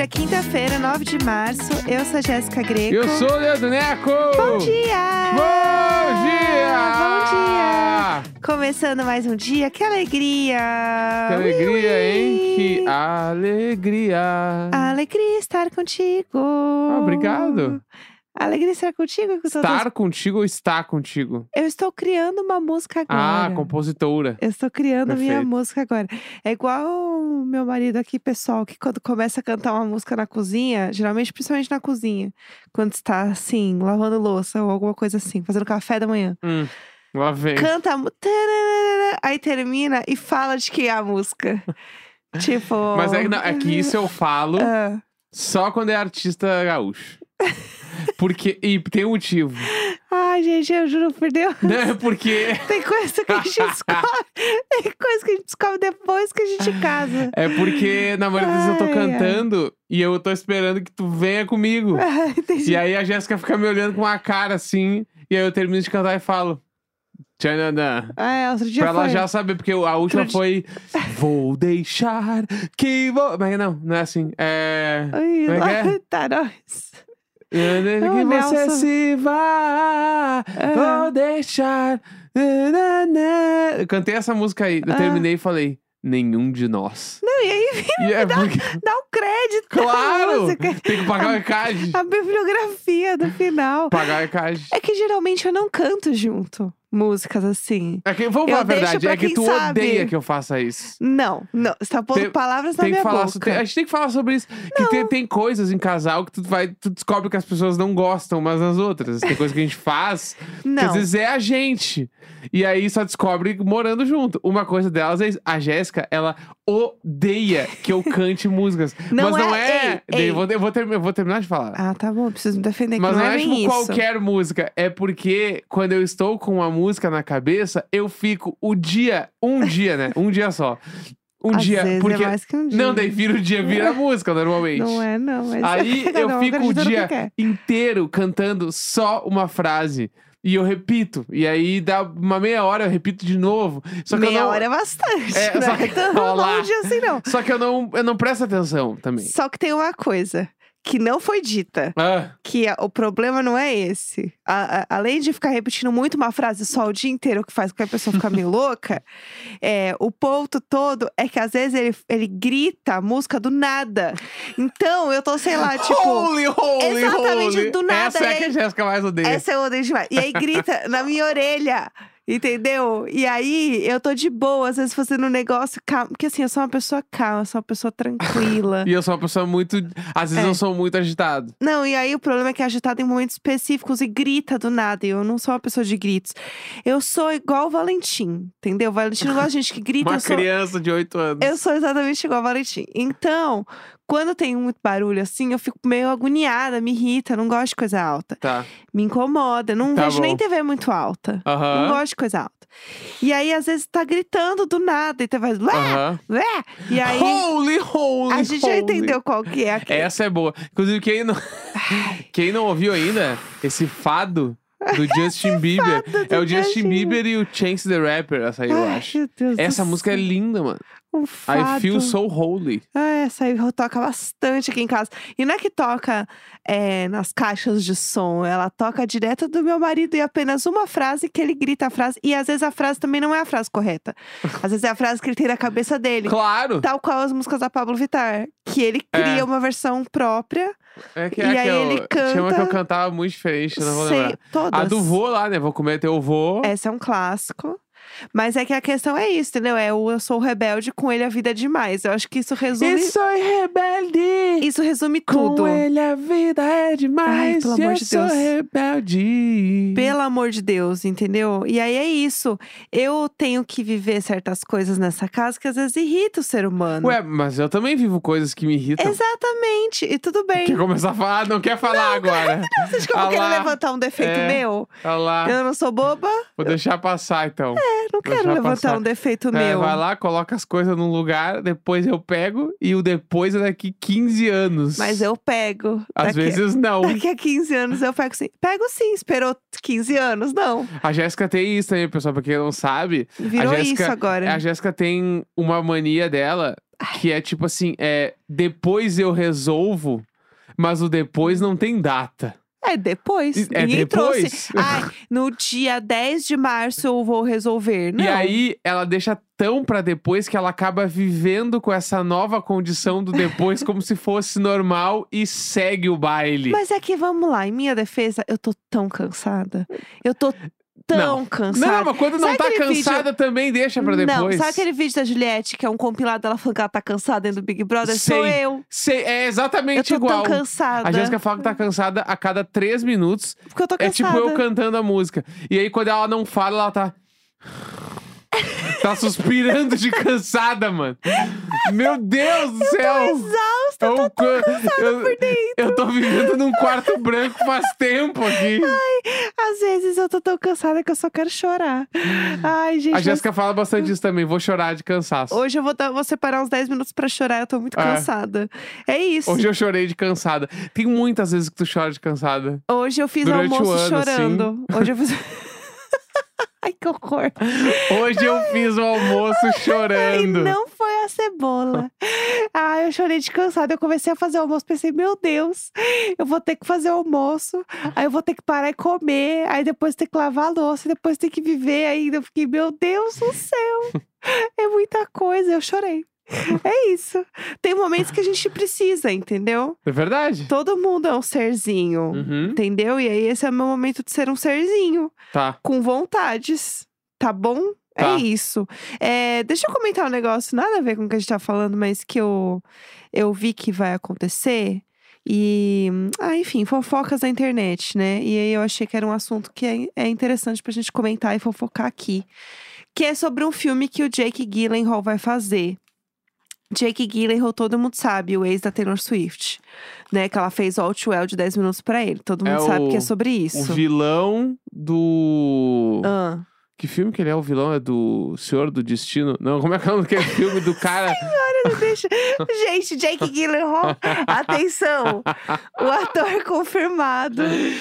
Hoje é quinta-feira, 9 de março. Eu sou a Jéssica Greco. Eu sou o Leandro Neco! Bom dia! Bom dia! Bom dia! Começando mais um dia. Que alegria! Que alegria, hein? Que A alegria! alegria estar contigo. Obrigado. A alegria estar contigo. Estar contigo ou está contigo? Eu estou criando uma música agora. Ah, compositora. Eu estou criando a minha Perfeito. música agora. É igual o meu marido aqui, pessoal, que quando começa a cantar uma música na cozinha, geralmente, principalmente na cozinha, quando está assim, lavando louça ou alguma coisa assim, fazendo café da manhã. Lá vem. Canta, aí termina e fala de que é a música. Tipo. Mas é que isso eu falo Ah. só quando é artista gaúcho. Porque, e tem um motivo. Ai, gente, eu juro por Deus. Né? Porque Tem coisa que a gente descobre. Tem coisa que a gente descobre depois que a gente casa. é porque na maioria das vezes eu tô Ai, ai. cantando e eu tô esperando que tu venha comigo. Entendi. E aí a Jéssica fica me olhando com uma cara assim, e aí eu termino de cantar e falo. Tchananã. Outro dia Pra ela foi. já saber, porque a última Outro foi. Vou deixar que vou. Mas não é assim. Ai, Como é que é? tá, nós. Que você Nelson. se vá, vou deixar. Nananã. Eu cantei essa música aí, eu terminei e falei. Nenhum de nós. Não, e aí E é porque... dá um crédito na Claro! música. Tem que pagar o ECAD. A bibliografia do final. Pagar o ECAD. É que geralmente eu não canto junto músicas assim. É que, vamos Eu falar a deixo verdade, pra é que quem tu sabe. odeia que eu faça isso. Não. Você tá pondo Tem- palavras na Tem que minha falar, boca. a gente tem que falar sobre isso. Que tem coisas em casal que tu descobre que as pessoas não gostam umas das outras. Tem coisa que a gente faz que Não. às vezes é a gente. E aí só descobre morando junto. Uma coisa delas é isso. A Jéssica, ela odeia que eu cante músicas. Não Mas não é- é. ei. Eu vou terminar de falar. Ah, tá bom, preciso me defender, Mas que não é tipo bem isso. qualquer música. É porque quando eu estou com uma música na cabeça, eu fico um dia, né? Um dia só. Um Às dia. vezes Porque. é mais que um dia. Não, daí vira o dia, vira a música normalmente. Não é, não. Mas Aí cada eu um fico o acredita no que dia quer. inteiro cantando só uma frase. E eu repito. E aí dá uma meia hora, eu repito de novo. Só que Meia eu não... hora é bastante. É, não só é que- tão Olha lá. longe assim, não. Só que eu não presto atenção também. Só que tem uma coisa que não foi dita. Ah, Que o problema não é esse. Além de ficar repetindo muito uma frase só o dia inteiro, que faz com que a pessoa fique meio louca, o ponto todo é que às vezes ele grita a música do nada. Então eu tô, sei lá, tipo. holy, exatamente, holy. do nada, Essa é e que a aí- Jéssica mais odeia. Essa eu odeio demais. E aí grita na minha orelha. Entendeu? E aí, eu tô de boa, às vezes fazendo um negócio calmo. Porque assim, eu sou uma pessoa calma, eu sou uma pessoa tranquila. E eu sou uma pessoa muito... Às vezes eu sou muito agitado. Não, e aí o problema é que é agitado em momentos específicos e grita do nada. E eu não sou uma pessoa de gritos. Eu sou igual o Valentim, entendeu? O Valentim não gosta de gente que grita. Uma eu sou, criança de 8 anos. eu sou exatamente igual ao Valentim. Então, quando tem muito barulho assim, eu fico meio agoniada, me irrita, não gosto de coisa alta. Tá. Me incomoda, não Tá vejo nem bom. TV muito alta. Não Aham. gosto de coisa alta. E aí, às vezes, tá gritando do nada. E tu faz... Aham. E aí, Holy. a gente já entendeu qual que é. Essa é boa. Inclusive, quem não ouviu ainda, esse fado do Justin Bieber. fado do É o Justin Justin Bieber e o Chance the Rapper, essa aí, eu Ai, acho. meu Deus Essa do música é céu. linda, mano. Um I fado. feel so holy. Essa aí toca bastante aqui em casa. E não é que toca nas caixas de som. Ela toca direto do meu marido e apenas uma frase que ele grita a frase. E às vezes a frase também não é a frase correta. Às vezes é a frase que ele tem na cabeça dele. Claro! Tal qual as músicas da Pablo Vittar. Que ele cria uma versão própria. É que E aí ele tinha uma que eu canta- cantava muito diferente, eu não vou Sei, lembrar. todas. A do vô lá, né? Vou comer teu vô. Essa é um clássico. Mas é que a questão é isso, entendeu? Eu sou rebelde, com ele a vida é demais. Eu acho que isso resume... E sou rebelde. Isso resume tudo. Com ele a vida é demais. Ai, pelo amor eu de sou Deus. rebelde. Pelo amor de Deus, entendeu? E aí é isso. Eu tenho que viver certas coisas nessa casa que às vezes irrita o ser humano. Ué, mas eu também vivo coisas que me irritam. Exatamente. E tudo bem. Quer começar a falar? Não quer falar agora. Você acha que eu vou Ah querer lá. levantar um defeito meu? Olha lá. Eu não sou boba? Vou deixar passar, então. Não quero Deixa levantar passar. um defeito É, meu. vai lá, coloca as coisas num lugar, depois eu pego, e o depois é daqui 15 anos. Mas eu pego. Às vezes não. Daqui a 15 anos eu pego sim. Pego sim, esperou 15 anos, não. A Jéssica tem isso também, pessoal, pra quem não sabe. Virou a Jéssica, isso agora. A Jéssica tem uma mania dela, Que é tipo assim, depois eu resolvo, mas o depois não tem data. É depois. É Ninguém depois? trouxe. Ai, no dia 10 de março eu vou resolver. Não. E aí, ela deixa tão pra depois que ela acaba vivendo com essa nova condição do depois como se fosse normal e segue o baile. Mas é que, vamos lá, em minha defesa, eu tô tão cansada. Eu tô tão cansada. Não, mas quando não Sabe tá aquele cansada também deixa pra depois. Não, sabe aquele vídeo da Juliette, que é um compilado dela falando que ela tá cansada dentro do Big Brother? Sou eu. Sei, é Eu exatamente tô igual. tão cansada. A Jéssica fala que tá cansada a cada 3 minutos. Porque eu tô É cansada. tipo eu cantando a música. E aí, quando ela não fala, ela tá... Tá suspirando de cansada, mano. Meu Deus do céu. Exausta, eu tô tão cansada por dentro. Eu tô vivendo num quarto branco faz tempo aqui. Às vezes eu tô tão cansada que eu só quero chorar. Ai, gente. A Jéssica fala bastante disso também. Vou chorar de cansaço. Hoje eu vou separar uns 10 minutos pra chorar, eu tô muito cansada. É isso. Hoje eu chorei de cansada. Tem muitas vezes que tu chora de cansada. Hoje eu fiz Durante o almoço ano, chorando. Hoje eu fiz. Ai, que horror. Hoje eu fiz o almoço Ai, chorando. não foi a cebola. Ai, eu chorei de cansada. Eu comecei a fazer o almoço, pensei, meu Deus, eu vou ter que fazer o almoço. Aí eu vou ter que parar e comer. Aí depois ter que lavar a louça. Depois ter que viver ainda. Eu fiquei, meu Deus do céu. É muita coisa. Eu chorei. É isso. Tem momentos que a gente precisa, entendeu? É verdade. Todo mundo é um serzinho, Uhum. entendeu? E aí esse é o meu momento de ser um serzinho. Tá. Com vontades, tá bom? Tá. É isso. Deixa eu comentar um negócio, nada a ver com o que a gente tá falando, mas que eu vi que vai acontecer. E, enfim, fofocas da internet, né? E aí eu achei que era um assunto que é interessante pra gente comentar e fofocar aqui. Que é sobre um filme que o Jake Gyllenhaal vai fazer. Jake Gyllenhaal, todo mundo sabe, o ex da Taylor Swift, né? Que ela fez All Too Well de 10 minutos pra ele. Todo mundo sabe que é sobre isso. O vilão do... Ah. Que filme que ele é? O vilão é do Senhor do Destino? Não, como é que é o nome daquele filme do cara? Não deixa. Gente, Jake Gyllenhaal, atenção! O ator confirmado.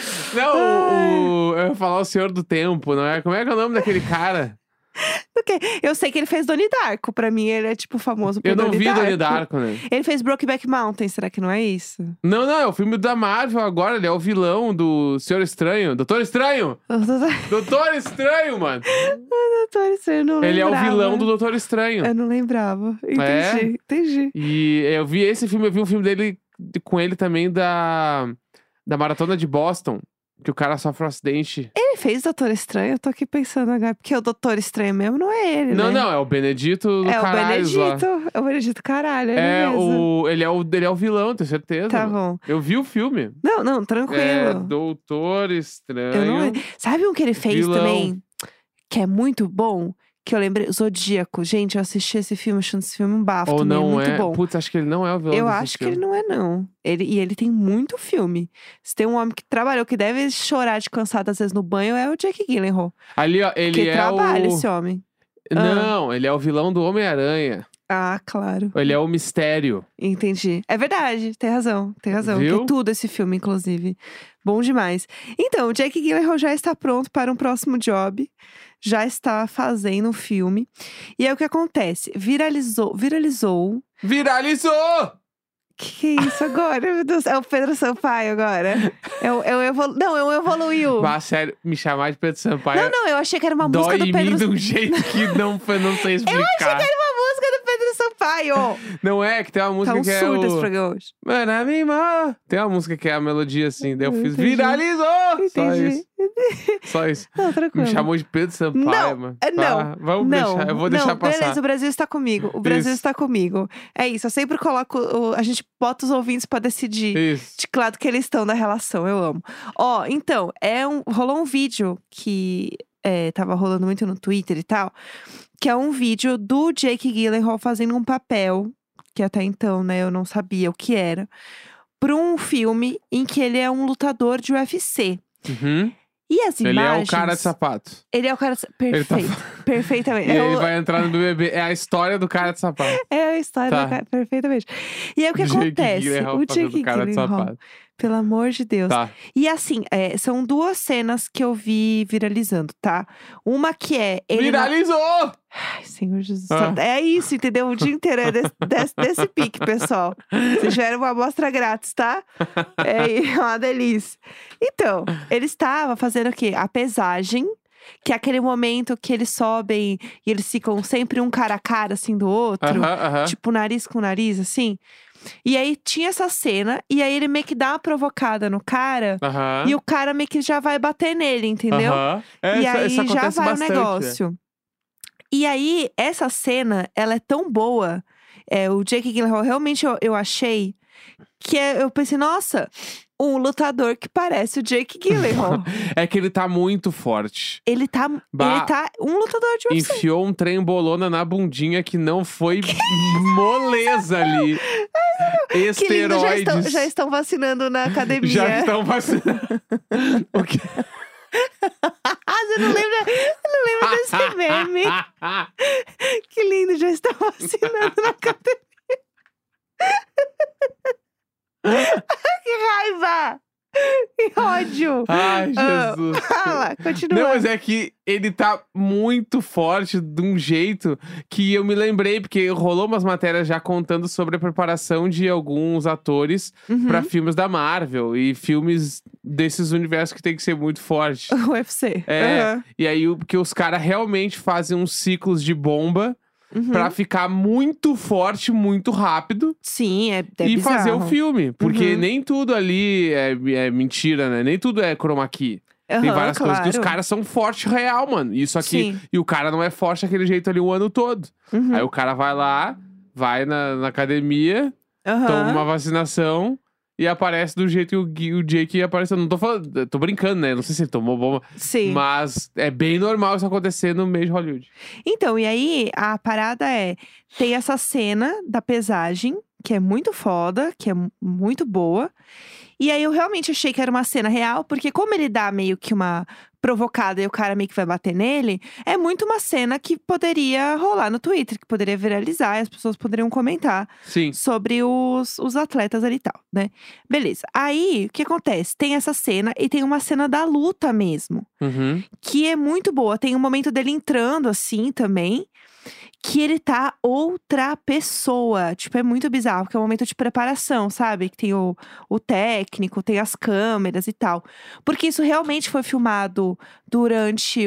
Não, eu ia falar o Senhor do Tempo, não é? Como é que é o nome daquele cara? Eu sei que ele fez Donnie Darko. Pra mim, ele é tipo famoso por Eu não Donnie vi Darko. Donnie Darko, né? Ele fez Brokeback Mountain, será que não é isso? Não, é o filme da Marvel agora. Ele é o vilão do Senhor Estranho. Doutor Estranho! Doutor Estranho, mano! Doutor Estranho, eu não lembrava. Ele é o vilão do Doutor Estranho. Eu não lembrava. Entendi. E eu vi esse filme, eu vi um filme dele com ele também da Maratona de Boston. Que o cara sofre um acidente. Ele fez Doutor Estranho? Eu tô aqui pensando agora. Porque o Doutor Estranho mesmo não é ele, né? Não, é o Benedito do Caralho. É o Benedito Caralho, Ele é o vilão, tenho certeza. Tá mano. bom. Eu vi o filme. Não, tranquilo. Doutor Estranho. Eu não... Sabe um que ele fez Vilão. também? Que é muito bom? Que eu lembrei, Zodíaco. Gente, eu assisti esse filme, achando esse filme um bafo Ou também, não muito é? bom. Putz, acho que ele não é o vilão Eu desse acho que filme. ele não é, não. Ele tem muito filme. Se tem um homem que trabalhou, que deve chorar de cansado às vezes no banho, é o Jake Gyllenhaal. Ali, ó, ele Que é trabalha esse homem. Não, ele é o vilão do Homem-Aranha. Ah, claro. Ele é o Mistério. Entendi. É verdade, tem razão. Viu? Que é tudo esse filme, inclusive. Bom demais. Então, o Jake Gyllenhaal já está pronto para um próximo job. Já está fazendo um filme. E aí, o que acontece? Viralizou! Que é isso agora, meu Deus? É o Pedro Sampaio agora? Não, é o Evoluiu. Mas, sério, me chamar de Pedro Sampaio Não, eu achei que era uma dói música do em Pedro mim de um jeito que não sei explicar. Eu achei que era uma música do Pedro Sampaio. Não é, que tem uma música Tá um que é surdo esse o... programa hoje. Tem uma música que é a melodia assim, daí eu fiz Entendi. viralizou! Só Entendi. isso. Só isso. Não, tranquilo. Me chamou de Pedro Sampaio, Não, mano. não, Ah, vamos deixar, eu vou deixar passar. Beleza, o Brasil está comigo. O Brasil Isso. está comigo. É isso, eu sempre coloco. A gente bota os ouvintes pra decidir Isso. de que lado que eles estão da relação. Eu amo. Então, rolou um vídeo que tava rolando muito no Twitter e tal. Que é um vídeo do Jake Gyllenhaal fazendo um papel, que até então, né, eu não sabia o que era, pra um filme em que ele é um lutador de UFC. Uhum. E as Ele imagens... é o cara de sapato. Ele é o cara de Ele tá- Perfeito. Perfeitamente. E ele vai entrar no BBB. É a história do cara de sapato. É a história Tá. do cara, perfeitamente. E aí o que Jake acontece? Gyllenhaal O fazendo Jake cara de Gyllenhaal sapato. Pelo amor de Deus. Tá. E assim, são duas cenas que eu vi viralizando, tá? Uma que é ele Viralizou! Ai, Senhor Jesus. Ah. É isso, entendeu? O dia inteiro é desse pique, pessoal. Vocês tiveram uma amostra grátis, tá? É uma delícia. Então, ele estava fazendo o quê? A pesagem, que é aquele momento que eles sobem e eles ficam sempre um cara a cara, assim, do outro. Aham. Tipo, nariz com nariz, assim. E aí tinha essa cena, e aí ele meio que dá uma provocada no cara, Aham. e o cara meio que já vai bater nele, entendeu? Aham. E Isso aí já acontece vai bastante, o negócio. E aí, essa cena, ela é tão boa. O Jake Gyllenhaal, realmente eu achei que eu pensei, nossa, um lutador que parece o Jake Gyllenhaal. É que ele tá muito forte. ele tá um lutador de UFC. Enfiou um trem bolona na bundinha que não foi moleza ali. Que lindo, Esteroides. já estão vacinando na academia. Já estão vacinando. O quê? Você não lembra desse meme? Que lindo, já estão vacinando na academia. Que raiva! Que ódio! Ai, Jesus. Fala, continua. Não, mas é que ele tá muito forte de um jeito que eu me lembrei, porque rolou umas matérias já contando sobre a preparação de alguns atores pra filmes da Marvel e filmes desses universos que tem que ser muito forte. UFC. E aí, porque os caras realmente fazem uns ciclos de bomba pra ficar muito forte, muito rápido. Sim, é E bizarro. fazer o filme. Porque nem tudo ali é mentira, né? Nem tudo é chroma key. Tem várias coisas que os caras são fortes real, mano. Isso aqui. Sim. E o cara não é forte daquele jeito ali o ano todo. Aí o cara vai lá, vai na academia, toma uma vacinação e aparece do jeito que o Jake apareceu. Não tô falando, tô brincando, né? Não sei se ele tomou bomba. Sim. Mas é bem normal isso acontecer no meio de Hollywood. Então, e aí, a parada tem essa cena da pesagem, que é muito foda, que é muito boa. E aí, eu realmente achei que era uma cena real, porque como ele dá meio que uma provocada e o cara meio que vai bater nele, é muito uma cena que poderia rolar no Twitter, que poderia viralizar e as pessoas poderiam comentar Sim. sobre os atletas ali e tal, né? Beleza. Aí, o que acontece? Tem essa cena e tem uma cena da luta mesmo, que é muito boa. Tem um momento dele entrando assim também, que ele tá outra pessoa. Tipo, é muito bizarro, porque é um momento de preparação, sabe? Que tem o técnico, tem as câmeras e tal. Porque isso realmente foi filmado durante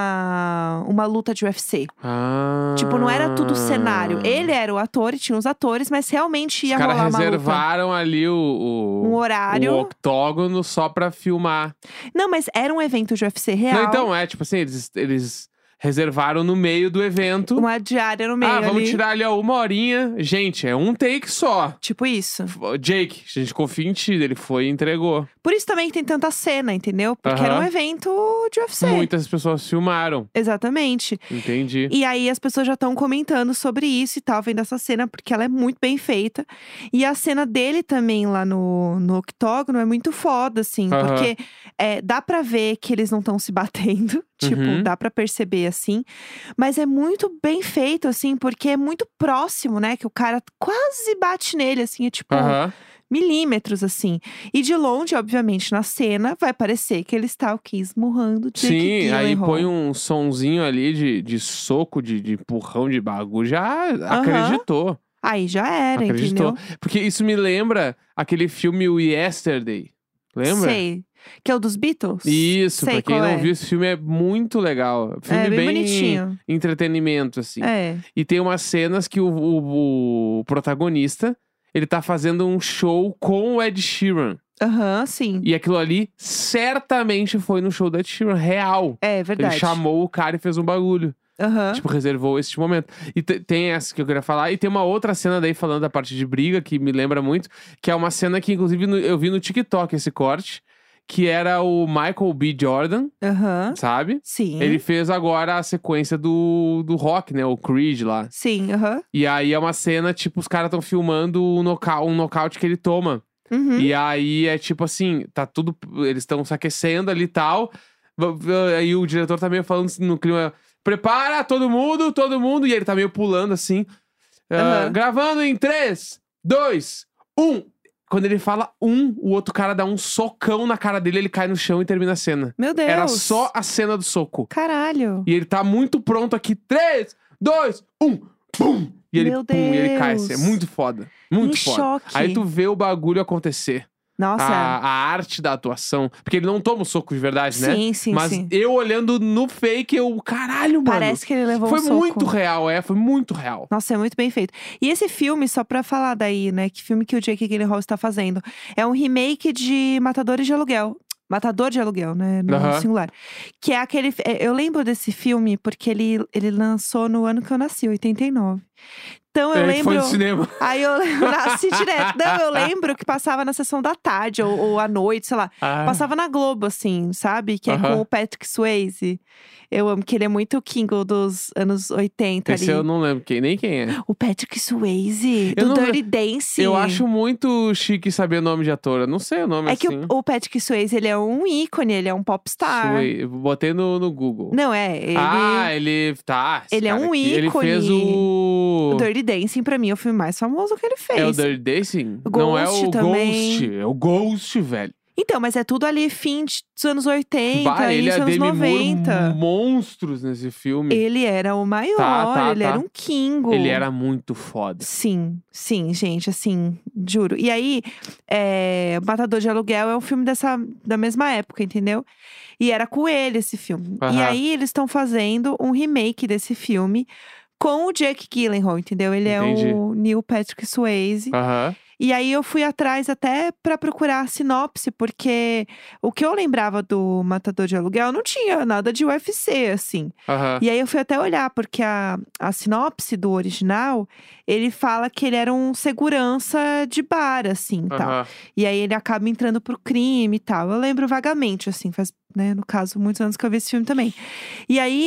uma luta de UFC. Tipo, não era tudo cenário. Ele era o ator e tinha os atores, mas realmente ia rolar uma luta. Os caras reservaram ali um horário. o octógono só pra filmar. Não, mas era um evento de UFC real. Não, então, tipo assim, eles reservaram no meio do evento. Uma diária no meio ali. Vamos tirar ali, ó, 1 horinha. Gente, é um take só. Tipo isso. Jake, a gente confia em ti. Ele foi e entregou. Por isso também que tem tanta cena, entendeu? Porque era um evento de UFC. Muitas pessoas filmaram. Exatamente. Entendi. E aí as pessoas já estão comentando sobre isso e tal, vendo essa cena, porque ela é muito bem feita. E a cena dele também lá no octógono é muito foda, assim. Porque dá pra ver que eles não estão se batendo. Tipo, dá pra perceber, assim. Mas é muito bem feito, assim, porque é muito próximo, né? Que o cara quase bate nele, assim. É tipo milímetros, assim. E de longe, obviamente, na cena, vai parecer que ele está o quê? Esmurrando Jake Gyllenhaal. Aí põe um sonzinho ali de soco, de empurrão, de bagulho. Já acreditou. Aí já era, entendeu? Porque isso me lembra aquele filme o Yesterday. Lembra? Sei. Que é o dos Beatles? Isso, Sei pra quem qual não viu, esse filme é muito legal. Filme bem bonitinho. Entretenimento, assim. É. E tem umas cenas que o protagonista, ele tá fazendo um show com o Ed Sheeran. Sim. E aquilo ali certamente foi no show do Ed Sheeran, real. É verdade. Ele chamou o cara e fez um bagulho. Tipo, reservou esse momento. E tem essa que eu queria falar. E tem uma outra cena daí, falando da parte de briga, que me lembra muito. Que é uma cena que, inclusive, eu vi no TikTok esse corte. Que era o Michael B. Jordan, sabe? Sim. Ele fez agora a sequência do Rock, né? O Creed lá. Sim, E aí é uma cena, tipo, os caras estão filmando um nocaute que ele toma. E aí é tipo assim, tá tudo... Eles estão se aquecendo ali e tal. Aí o diretor tá meio falando no clima... Prepara, todo mundo. E ele tá meio pulando assim. Gravando em 3, 2, 1... quando ele fala o outro cara dá um socão na cara dele, ele cai no chão e termina a cena. Meu Deus. Era só a cena do soco. Caralho. E ele tá muito pronto aqui. 3, 2, 1, pum! E ele, Meu pum, e ele cai. Deus. É muito foda. Muito Em foda. choque. Aí tu vê o bagulho acontecer. Nossa. A arte da atuação. Porque ele não toma o soco de verdade, né? Sim, Mas sim. eu olhando no fake, caralho, mano. Parece que ele levou Foi um soco. muito real, foi muito real. Nossa, é muito bem feito. E esse filme, só pra falar daí, né? Que filme que o Jake Gyllenhaal está fazendo. É um remake de Matadores de Aluguel. Matador de Aluguel, né? No singular. Que é aquele... Eu lembro desse filme porque ele lançou no ano que eu nasci, 89. Então eu lembro. Foi no cinema. Aí eu nasci direto. Não, eu lembro que passava na sessão da tarde ou à noite, sei lá. Passava na Globo, assim, sabe? Que é com o Patrick Swayze. Eu amo que ele é muito King dos anos 80 Esse ali. eu não lembro nem quem é. O Patrick Swayze, Eu do não- Dirty Dancing. Eu acho muito chique saber o nome de ator. Eu não sei o nome É assim. que o Patrick Swayze, ele é um ícone, ele é um popstar. Eu botei no Google. Não, ele... Ele... Tá. esse Ele é cara um aqui, Ele ícone. fez O Dirty Dancing, pra mim, é o filme mais famoso que ele fez. É o Dirty Dancing? O Não é Ghost o também. Ghost. É o Ghost, velho. Então, mas é tudo ali fim dos anos 80, Bah, ele e início a dos anos Demi Moore 90. monstros nesse filme. Ele era o maior, ele era um Kingo. Ele era muito foda. Sim, gente, assim, juro. E aí, Matador de Aluguel é um filme da mesma época, entendeu? E era com ele esse filme. E aí, eles estão fazendo um remake desse filme com o Jake Gyllenhaal, entendeu? Ele Entendi. é o Neil Patrick Swayze. Aham. E aí eu fui atrás até pra procurar a sinopse, porque o que eu lembrava do Matador de Aluguel não tinha nada de UFC, assim. Aham. E aí eu fui até olhar, porque a sinopse do original, ele fala que ele era um segurança de bar, assim, tal. Aham. E aí ele acaba entrando pro crime e tal. Eu lembro vagamente, assim, faz, né, no caso, muitos anos que eu vi esse filme também. E aí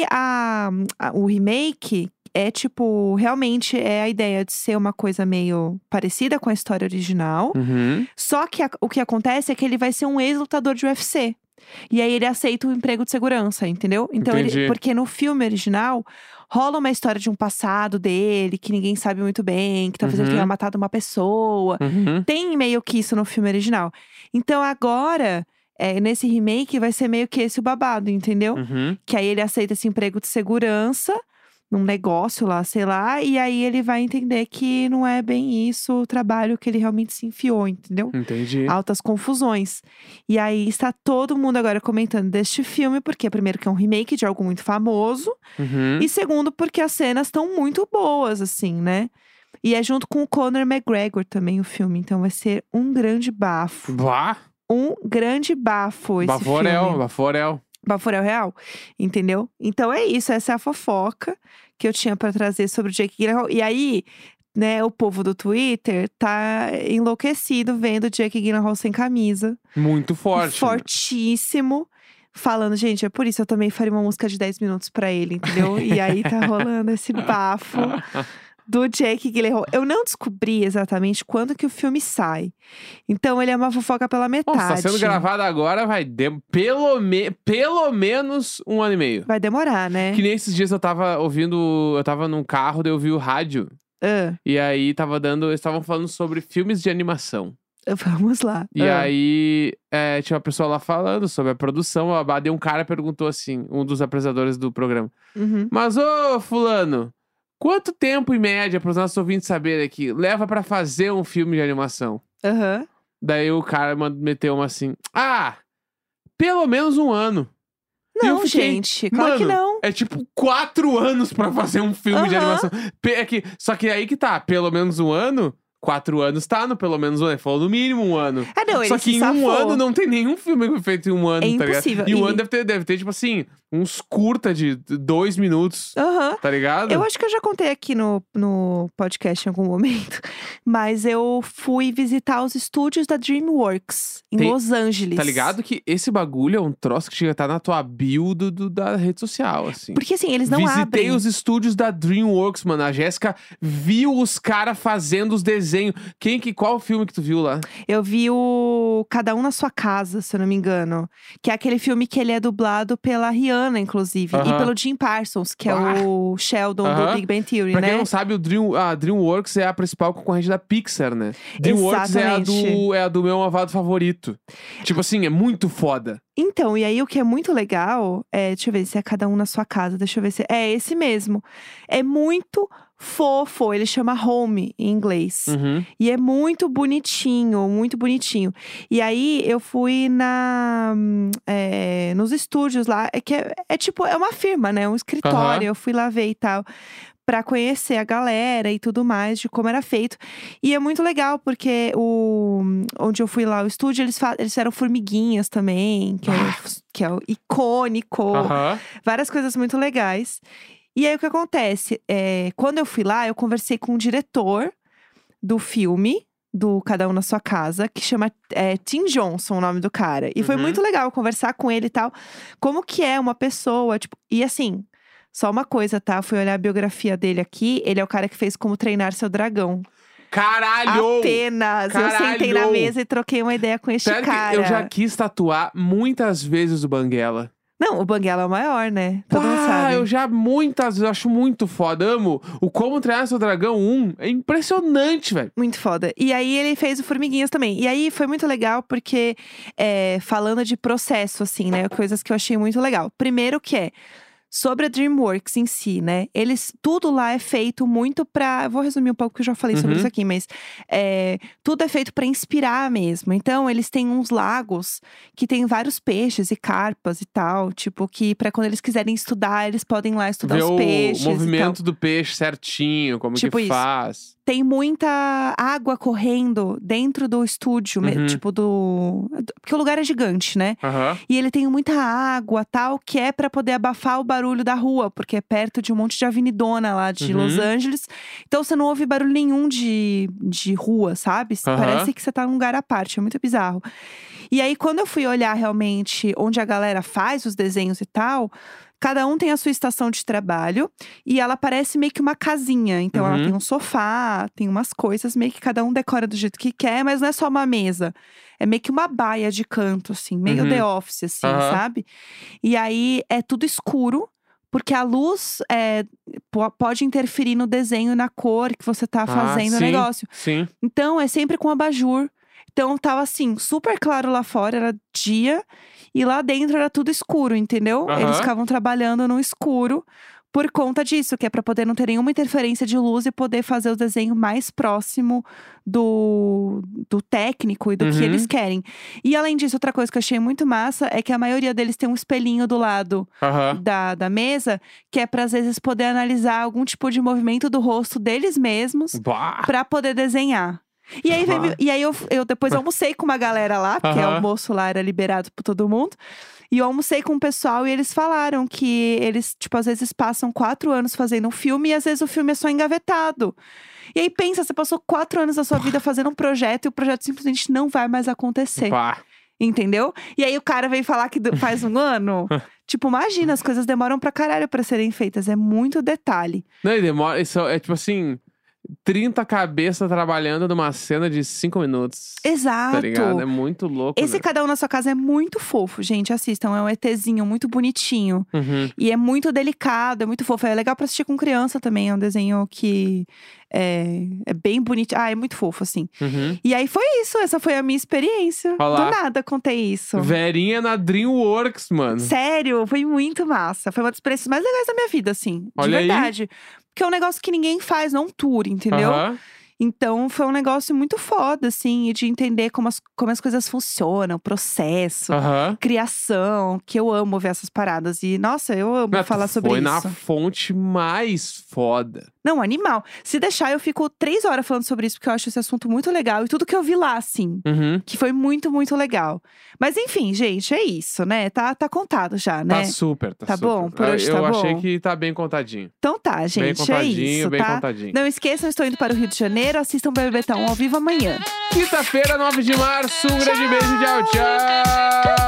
o remake é tipo, realmente é a ideia de ser uma coisa meio parecida com a história original. Uhum. Só que o que acontece é que ele vai ser um ex-lutador de UFC. E aí ele aceita o emprego de segurança, entendeu? Então Entendi. porque no filme original rola uma história de um passado dele que ninguém sabe muito bem, que talvez ele tenha matado uma pessoa. Uhum. Tem meio que isso no filme original. Então agora, nesse remake, vai ser meio que esse o babado, entendeu? Uhum. Que aí ele aceita esse emprego de segurança num negócio lá, sei lá, e aí ele vai entender que não é bem isso o trabalho que ele realmente se enfiou, entendeu? Entendi. Altas confusões. E aí está todo mundo agora comentando deste filme, porque primeiro que é um remake de algo muito famoso, Uhum. e segundo porque as cenas estão muito boas, assim, né? E é junto com o Conor McGregor também o filme, então vai ser um grande bafo. Vá. Um grande bafo esse Baforel, filme. Baforel. Baforel real, entendeu? Então é isso, essa é a fofoca que eu tinha pra trazer sobre o Jake Gyllenhaal. E aí, né, o povo do Twitter tá enlouquecido vendo o Jake Gyllenhaal sem camisa. Muito forte. Fortíssimo. Falando, gente, é por isso eu também faria uma música de 10 minutos pra ele, entendeu? E aí tá rolando esse bafo do Jake Gyllenhaal. Eu não descobri exatamente quando que o filme sai. Então ele é uma fofoca pela metade. Nossa, tá sendo gravado agora, vai pelo menos 1 ano e meio. Vai demorar, né? Que nem esses dias eu tava ouvindo, eu tava num carro, daí eu ouvi o rádio. E aí eles estavam falando sobre filmes de animação. Vamos lá. E aí tinha uma pessoa lá falando sobre a produção, daí um cara perguntou assim, um dos apresentadores do programa. Uhum. Mas ô fulano, quanto tempo em média, para os nossos ouvintes saberem aqui, leva pra fazer um filme de animação? Aham. Daí o cara meteu uma assim, pelo menos 1 ano. E eu Não, fiquei, gente, claro que mano, não. é tipo 4 anos pra fazer um filme de Aham. animação. Só que aí que tá, pelo menos 1 ano. 4 anos tá no pelo menos 1 ano. Ele falou no mínimo 1 ano. Não, ele Só que se em safou. 1 ano não tem nenhum filme que foi feito em 1 ano, É tá ligado? impossível. E 1 E- ano deve ter, tipo assim, uns curta de 2 minutos, Aham. tá ligado? Eu acho que eu já contei aqui no podcast em algum momento. Mas eu fui visitar os estúdios da DreamWorks, em Los Angeles. Tá ligado que esse bagulho é um troço que chega a estar na tua bio da rede social, assim. Porque assim, eles não Visitei abrem. os estúdios da DreamWorks, mano. A Jéssica viu os caras fazendo os desenhos. Qual filme que tu viu lá? Eu vi o Cada Um na Sua Casa, se eu não me engano. Que é aquele filme que ele é dublado pela Rihanna. Rihanna, inclusive. E pelo Jim Parsons, que é o Sheldon do Big Bang Theory, pra né? quem não sabe, a DreamWorks é a principal concorrente da Pixar, né? DreamWorks é a do meu malvado favorito. Tipo assim, é muito foda. Então, e aí o que é muito legal deixa eu ver se é Cada Um na Sua Casa, deixa eu ver se é esse mesmo. É muito fofo, ele chama Home em inglês. E é muito bonitinho, muito bonitinho. E aí eu fui nos estúdios lá, tipo, é uma firma, né? Um escritório, eu fui lá ver e tal. Pra conhecer a galera e tudo mais, de como era feito. E é muito legal, porque onde eu fui lá, o estúdio, eles fizeram formiguinhas também, que é o icônico. Várias coisas muito legais. E aí, o que acontece? Quando eu fui lá, eu conversei com o diretor do filme, do Cada Um na Sua Casa, que chama Tim Johnson, o nome do cara. E foi muito legal conversar com ele e tal. Como que é uma pessoa, tipo... E assim... Só uma coisa, tá? Fui olhar a biografia dele aqui. Ele é o cara que fez Como Treinar Seu Dragão. Caralho! Apenas! Caralho! Eu sentei na mesa e troquei uma ideia com este cara. Eu já quis tatuar muitas vezes o Banguela. Não, o Banguela é o maior, né? Todo mundo sabe. Eu já muitas vezes, acho muito foda. Amo. O Como Treinar Seu Dragão 1 é impressionante, velho. Muito foda. E aí, ele fez o Formiguinhas também. E aí, foi muito legal porque, falando de processo, assim, né? Coisas que eu achei muito legal. Primeiro que sobre a DreamWorks em si, né? Tudo lá é feito muito pra... Eu vou resumir um pouco, que eu já falei sobre isso aqui. Mas tudo é feito pra inspirar mesmo. Então, eles têm uns lagos que tem vários peixes e carpas e tal. Tipo, que pra quando eles quiserem estudar, eles podem ir lá estudar os peixes. O movimento do peixe certinho, como tipo que faz. Tem muita água correndo dentro do estúdio, tipo porque o lugar é gigante, né? E ele tem muita água, tal, que é pra poder abafar o barulho da rua, porque é perto de um monte de avenidona lá de Los Angeles. Então você não ouve barulho nenhum de rua, sabe? Parece que você tá num lugar à parte, é muito bizarro. E aí, quando eu fui olhar realmente onde a galera faz os desenhos e tal, cada um tem a sua estação de trabalho e ela parece meio que uma casinha. Então, ela tem um sofá, tem umas coisas, meio que cada um decora do jeito que quer, mas não é só uma mesa. É meio que uma baia de canto, assim, meio The Office, assim, sabe? E aí, é tudo escuro. Porque a luz pode interferir no desenho e na cor que você tá fazendo o negócio. Sim. Então, é sempre com abajur. Então, tava assim, super claro lá fora, era dia. E lá dentro era tudo escuro, entendeu? Eles ficavam trabalhando no escuro por conta disso. Que é pra poder não ter nenhuma interferência de luz e poder fazer o desenho mais próximo do técnico e do que eles querem. E além disso, outra coisa que eu achei muito massa é que a maioria deles tem um espelhinho do lado da mesa. Que é pra, às vezes, poder analisar algum tipo de movimento do rosto deles mesmos. Pra poder desenhar. E aí, eu depois almocei com uma galera lá, porque o almoço lá era liberado por todo mundo. E eu almocei com o pessoal e eles falaram que eles, tipo, às vezes passam 4 anos fazendo um filme e às vezes o filme é só engavetado. E aí pensa, você passou 4 anos da sua vida fazendo um projeto e o projeto simplesmente não vai mais acontecer. Entendeu? E aí o cara veio falar que faz um ano. Tipo, imagina, as coisas demoram pra caralho pra serem feitas. É muito detalhe. Não, e demora, isso é tipo assim... 30 cabeças trabalhando numa cena de 5 minutos. Exato. Tá ligado? É muito louco, Esse Cada Um na Sua Casa é muito fofo, gente. Assistam, é um ETzinho muito bonitinho. E é muito delicado, é muito fofo. É legal pra assistir com criança também. É um desenho que é bem bonito. É muito fofo, assim. E aí foi isso, essa foi a minha experiência. Do nada contei isso. Verinha na DreamWorks, mano. Sério, foi muito massa. Foi uma das experiências mais legais da minha vida, assim. De verdade. Aí. Porque é um negócio que ninguém faz, não um tour, entendeu? Então, foi um negócio muito foda, assim, de entender como as coisas funcionam, processo, criação, que eu amo ver essas paradas. E, nossa, eu amo falar sobre isso. Foi na fonte mais foda. Não, animal. Se deixar, eu fico 3 horas falando sobre isso, porque eu acho esse assunto muito legal. E tudo que eu vi lá, assim, que foi muito, muito legal. Mas enfim, gente, é isso, né? Tá contado já, né? Tá super, tá super. Bom? Por hoje tá bom? Eu achei que tá bem contadinho. Então tá, gente, bem contadinho, é isso, bem tá? contadinho. Não esqueçam, estou indo para o Rio de Janeiro. Assistam o BBB Tá 1 ao vivo amanhã. Quinta-feira, 9 de março. Um grande beijo, tchau, tchau!